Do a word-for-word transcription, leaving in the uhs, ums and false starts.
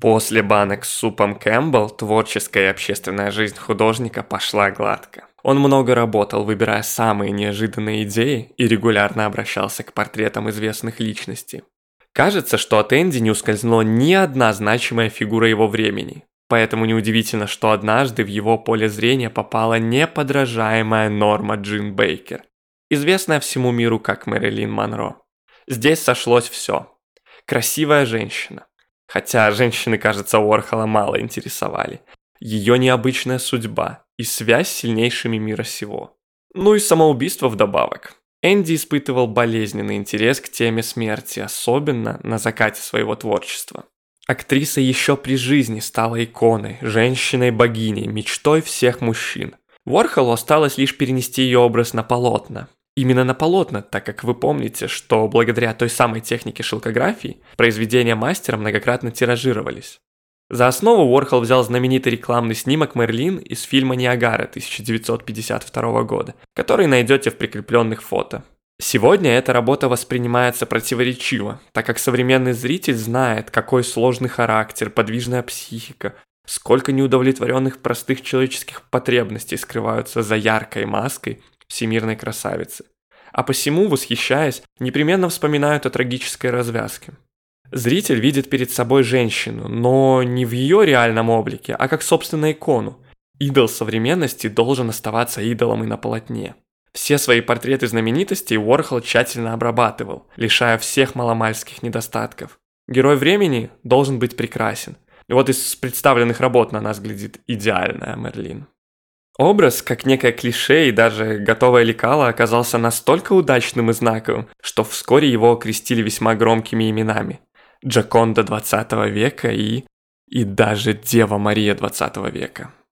После банок с супом Кэмпбелл творческая и общественная жизнь художника пошла гладко. Он много работал, выбирая самые неожиданные идеи, и регулярно обращался к портретам известных личностей. Кажется, что от Энди не ускользнула ни одна значимая фигура его времени, поэтому неудивительно, что однажды в его поле зрения попала неподражаемая Норма Джин Бейкер, известная всему миру как Мэрилин Монро. Здесь сошлось все. Красивая женщина. Хотя женщины, кажется, Уорхола мало интересовали. Ее необычная судьба и связь с сильнейшими мира сего. Ну и самоубийство вдобавок. Энди испытывал болезненный интерес к теме смерти, особенно на закате своего творчества. Актриса еще при жизни стала иконой, женщиной-богиней, мечтой всех мужчин. Уорхолу осталось лишь перенести ее образ на полотна. Именно на полотна, так как вы помните, что благодаря той самой технике шелкографии произведения мастера многократно тиражировались. За основу Уорхол взял знаменитый рекламный снимок Мэрилин из фильма «Ниагара» тысяча девятьсот пятьдесят второго года, который найдете в прикрепленных фото. Сегодня эта работа воспринимается противоречиво, так как современный зритель знает, какой сложный характер, подвижная психика, сколько неудовлетворенных простых человеческих потребностей скрываются за яркой маской всемирной красавицы. А посему, восхищаясь, непременно вспоминают о трагической развязке. Зритель видит перед собой женщину, но не в ее реальном облике, а как собственную икону. Идол современности должен оставаться идолом и на полотне. Все свои портреты знаменитостей Уорхол тщательно обрабатывал, лишая всех маломальских недостатков. Герой времени должен быть прекрасен. И вот из представленных работ на нас глядит идеальная Мэрилин. Образ, как некое клише и даже готовое лекало, оказался настолько удачным и знаковым, что вскоре его окрестили весьма громкими именами. Джоконда двадцатого века и... и даже Дева Мария двадцатого века.